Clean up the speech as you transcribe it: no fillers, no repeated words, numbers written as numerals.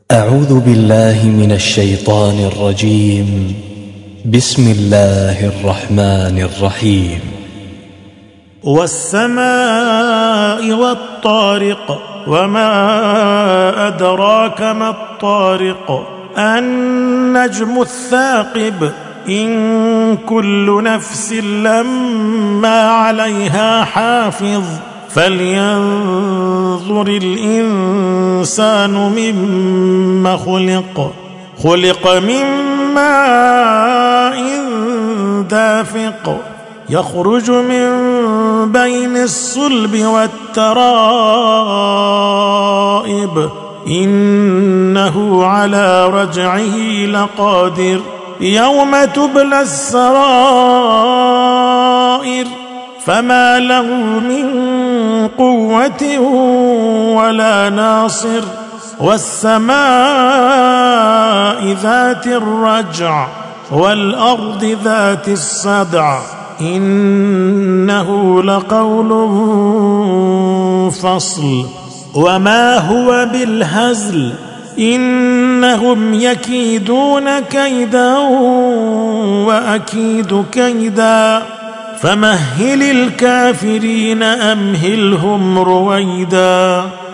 أعوذ بالله من الشيطان الرجيم. بسم الله الرحمن الرحيم. والسماء والطارق، وما أدراك ما الطارق، النجم الثاقب، إن كل نفس لما عليها حافظ، فلينظر الإنسان مما خلق من ماء دافق، يخرج من بين الصلب والترائب، إنه على رجعه لقادر، يوم تبلى السرائر، فما له من قوة ولا ناصر، والسماء ذات الرجع، والأرض ذات الصدع، إنه لقول فصل، وما هو بالهزل، إنهم يكيدون كيدا وأكيد كيدا، فمهل الكافرين أمهلهم رويدا.